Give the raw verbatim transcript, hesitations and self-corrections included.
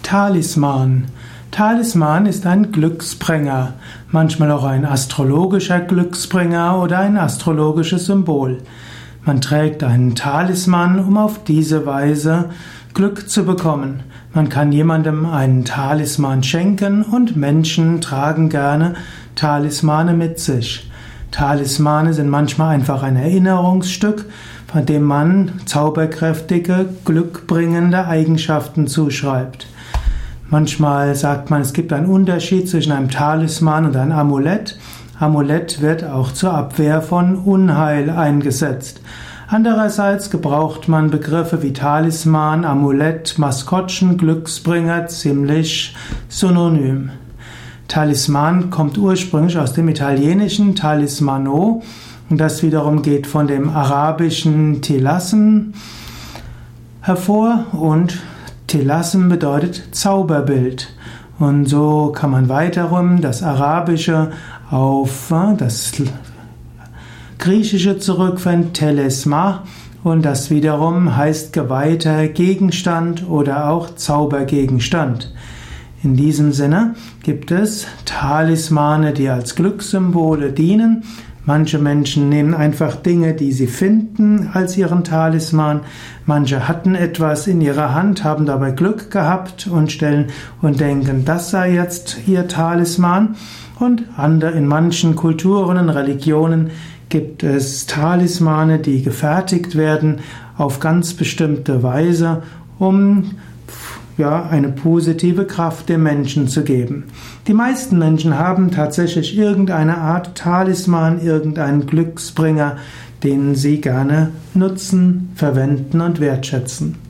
Talisman. Talisman ist ein Glücksbringer, manchmal auch ein astrologischer Glücksbringer oder ein astrologisches Symbol. Man trägt einen Talisman, um auf diese Weise Glück zu bekommen. Man kann jemandem einen Talisman schenken und Menschen tragen gerne Talismane mit sich. Talismane sind manchmal einfach ein Erinnerungsstück, von dem man zauberkräftige, glückbringende Eigenschaften zuschreibt. Manchmal sagt man, es gibt einen Unterschied zwischen einem Talisman und einem Amulett. Amulett wird auch zur Abwehr von Unheil eingesetzt. Andererseits gebraucht man Begriffe wie Talisman, Amulett, Maskottchen, Glücksbringer ziemlich synonym. Talisman kommt ursprünglich aus dem italienischen Talismano, und das wiederum geht von dem arabischen Tilassem hervor, und Tilassem bedeutet Zauberbild. Und so kann man weiterum das Arabische auf das Griechische zurückführen, Telesma, und das wiederum heißt geweihter Gegenstand oder auch Zaubergegenstand. In diesem Sinne gibt es Talismane, die als Glückssymbole dienen. Manche Menschen nehmen einfach Dinge, die sie finden, als ihren Talisman. Manche hatten etwas in ihrer Hand, haben dabei Glück gehabt und stellen und denken, das sei jetzt ihr Talisman. Und andere, in manchen Kulturen und Religionen gibt es Talismane, die gefertigt werden auf ganz bestimmte Weise, um ja, eine positive Kraft dem Menschen zu geben. Die meisten Menschen haben tatsächlich irgendeine Art Talisman, irgendeinen Glücksbringer, den sie gerne nutzen, verwenden und wertschätzen.